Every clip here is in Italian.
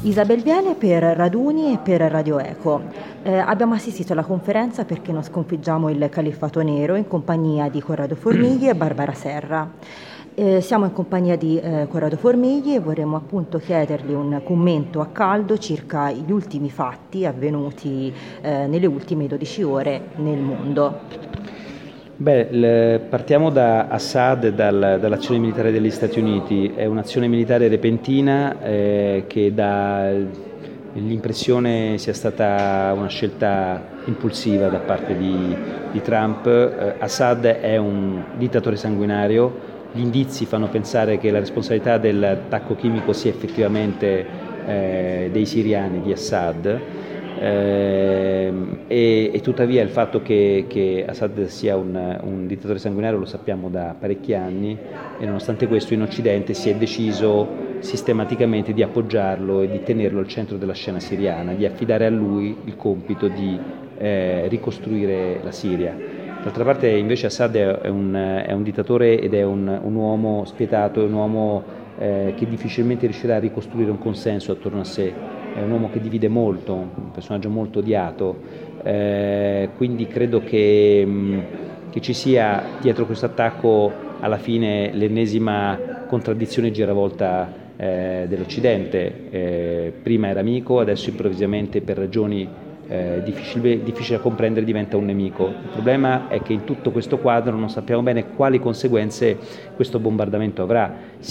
Isabel Viene per Raduni e per Radio Eco. Abbiamo assistito alla conferenza Perché non sconfiggiamo il Califfato Nero in compagnia di Corrado Formigli e Barbara Serra. Siamo in compagnia di Corrado Formigli e vorremmo appunto chiedergli un commento a caldo circa gli ultimi fatti avvenuti nelle ultime 12 ore nel mondo. Partiamo da Assad e dall'azione militare degli Stati Uniti. È un'azione militare repentina che dà l'impressione sia stata una scelta impulsiva da parte di Trump. Assad è un dittatore sanguinario, gli indizi fanno pensare che la responsabilità dell'attacco chimico sia effettivamente dei siriani, di Assad. E tuttavia il fatto che Assad sia un dittatore sanguinario lo sappiamo da parecchi anni, e nonostante questo in Occidente si è deciso sistematicamente di appoggiarlo e di tenerlo al centro della scena siriana, di affidare a lui il compito di ricostruire la Siria. D'altra parte invece Assad è un dittatore ed è un uomo spietato, è un uomo che difficilmente riuscirà a ricostruire un consenso attorno a sé. È un uomo che divide molto, un personaggio molto odiato, quindi credo che ci sia dietro questo attacco alla fine l'ennesima contraddizione giravolta dell'Occidente. Prima era amico, adesso improvvisamente per ragioni difficili da comprendere diventa un nemico. Il problema è che in tutto questo quadro non sappiamo bene quali conseguenze questo bombardamento avrà.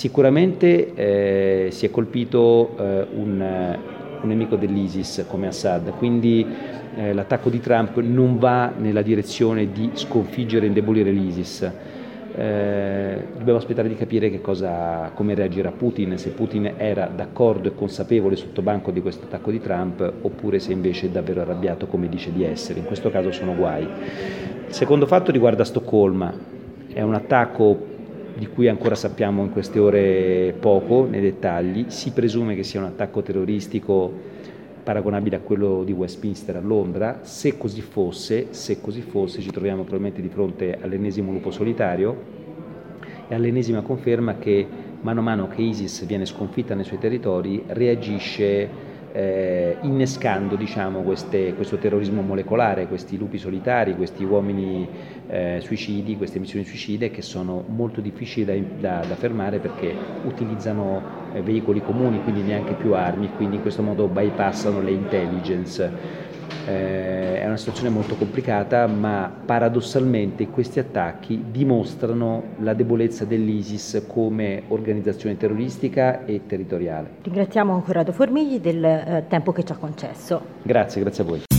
Sicuramente si è colpito un nemico dell'ISIS come Assad, quindi l'attacco di Trump non va nella direzione di sconfiggere e indebolire l'ISIS. Dobbiamo aspettare di capire come reagirà Putin, se Putin era d'accordo e consapevole sotto banco di questo attacco di Trump, oppure se invece è davvero arrabbiato come dice di essere. In questo caso sono guai. Il secondo fatto riguarda Stoccolma. È un attacco di cui ancora sappiamo in queste ore poco nei dettagli. Si presume che sia un attacco terroristico paragonabile a quello di Westminster a Londra. Se così fosse, ci troviamo probabilmente di fronte all'ennesimo lupo solitario e all'ennesima conferma che mano a mano che ISIS viene sconfitta nei suoi territori reagisce innescando questo terrorismo molecolare, questi lupi solitari, questi uomini suicidi, queste missioni suicide che sono molto difficili da fermare perché utilizzano veicoli comuni, quindi neanche più armi, quindi in questo modo bypassano le intelligence. È una situazione molto complicata, ma paradossalmente questi attacchi dimostrano la debolezza dell'ISIS come organizzazione terroristica e territoriale. Ringraziamo Corrado Formigli del tempo che ci ha concesso. Grazie a voi.